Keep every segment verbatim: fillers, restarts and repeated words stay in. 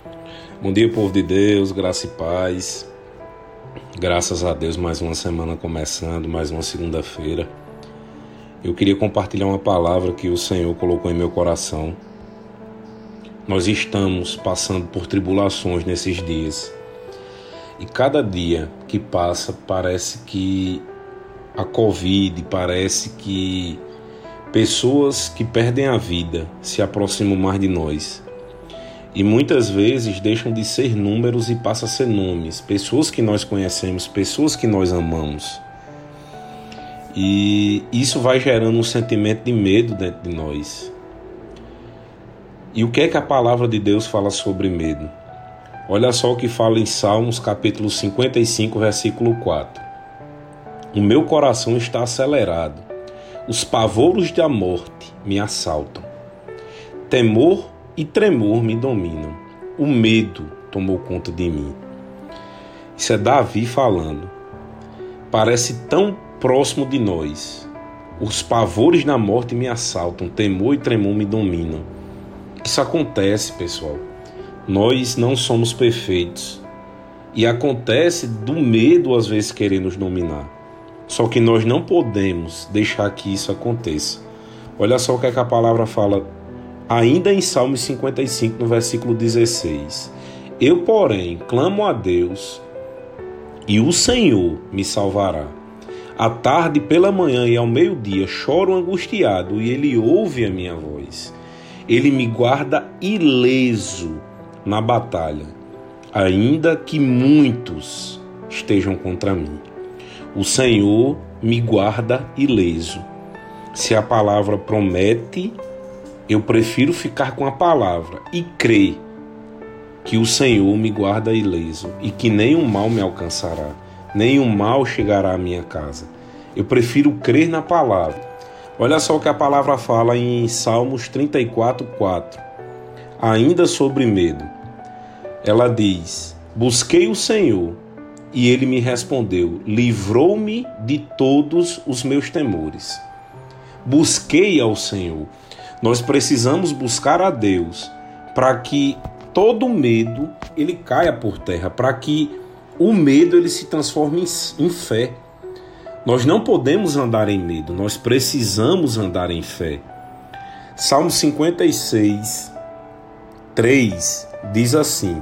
Bom dia, povo de Deus, graça e paz. Graças a Deus, mais uma semana começando, mais uma segunda-feira. Eu queria compartilhar uma palavra que o Senhor colocou em meu coração. Nós estamos passando por tribulações nesses dias. E cada dia que passa, parece que a Covid, parece que pessoas que perdem a vida se aproximam mais de nós. E muitas vezes deixam de ser números e passam a ser nomes. Pessoas que nós conhecemos, pessoas que nós amamos. E isso vai gerando um sentimento de medo dentro de nós. E o que é que a palavra de Deus fala sobre medo? Olha só o que fala em Salmos capítulo cinquenta e cinco, versículo quatro. O meu coração está acelerado. Os pavoros da morte me assaltam. Temor e tremor me dominam. O medo tomou conta de mim. Isso é Davi falando. Parece tão próximo de nós. Os pavores da morte me assaltam. Temor e tremor me dominam. Isso acontece, pessoal. Nós não somos perfeitos. E acontece do medo às vezes querer nos dominar. Só que nós não podemos deixar que isso aconteça. Olha só o que, é que a palavra fala ainda em Salmos cinquenta e cinco, no versículo dezesseis. Eu, porém, clamo a Deus e o Senhor me salvará. À tarde, pela manhã e ao meio-dia, choro angustiado e Ele ouve a minha voz. Ele me guarda ileso na batalha, ainda que muitos estejam contra mim. O Senhor me guarda ileso. Se a palavra promete, eu prefiro ficar com a palavra e crer que o Senhor me guarda ileso e que nenhum mal me alcançará, nenhum mal chegará à minha casa. Eu prefiro crer na palavra. Olha só o que a palavra fala em Salmos trinta e quatro, quatro. Ainda sobre medo. Ela diz: busquei o Senhor e Ele me respondeu, livrou-me de todos os meus temores. Busquei ao Senhor. Nós precisamos buscar a Deus para que todo medo ele caia por terra, para que o medo ele se transforme em, em fé. Nós não podemos andar em medo, nós precisamos andar em fé. Salmo cinquenta e seis, três diz assim: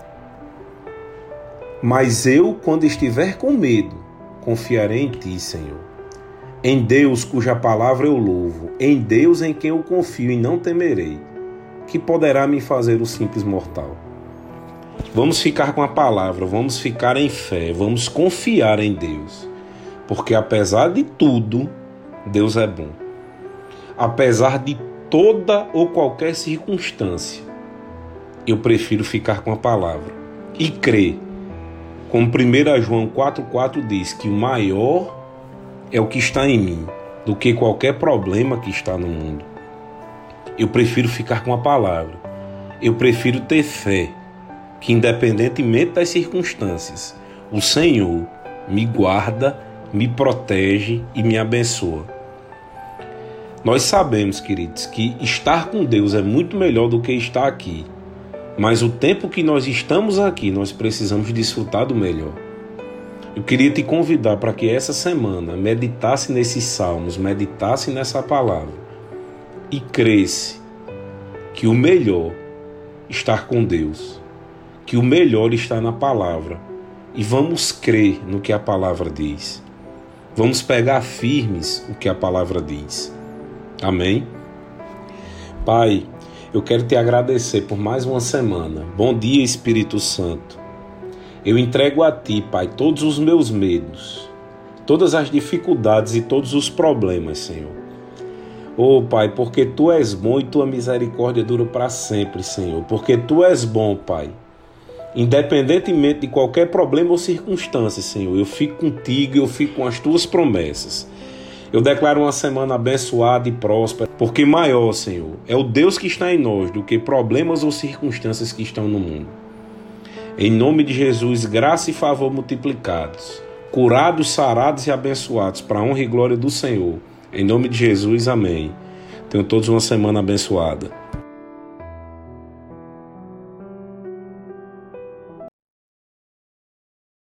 mas eu, quando estiver com medo, confiarei em Ti, Senhor. Em Deus, cuja palavra eu louvo, em Deus em quem eu confio e não temerei, que poderá me fazer o simples mortal. Vamos ficar com a palavra, vamos ficar em fé, vamos confiar em Deus, porque apesar de tudo, Deus é bom. Apesar de toda ou qualquer circunstância, eu prefiro ficar com a palavra e crer. Como primeira João quatro, quatro diz que o maior é o que está em mim do que qualquer problema que está no mundo. Eu prefiro ficar com a palavra. Eu prefiro ter fé que, independentemente das circunstâncias, o Senhor me guarda, me protege e me abençoa. Nós sabemos, queridos, que estar com Deus é muito melhor do que estar aqui. Mas o tempo que nós estamos aqui, nós precisamos desfrutar do melhor. Eu queria te convidar para que essa semana meditasse nesses salmos, meditasse nessa palavra e cresce que o melhor está com Deus, que o melhor está na palavra, e vamos crer no que a palavra diz. Vamos pegar firmes o que a palavra diz. Amém? Pai, eu quero te agradecer por mais uma semana. Bom dia, Espírito Santo. Eu entrego a Ti, Pai, todos os meus medos, todas as dificuldades e todos os problemas, Senhor. Oh, Pai, porque Tu és bom e Tua misericórdia dura para sempre, Senhor. Porque Tu és bom, Pai. Independentemente de qualquer problema ou circunstância, Senhor, eu fico contigo e eu fico com as Tuas promessas. Eu declaro uma semana abençoada e próspera, porque maior, Senhor, é o Deus que está em nós do que problemas ou circunstâncias que estão no mundo. Em nome de Jesus, graça e favor multiplicados, curados, sarados e abençoados, para a honra e glória do Senhor. Em nome de Jesus, amém. Tenham todos uma semana abençoada.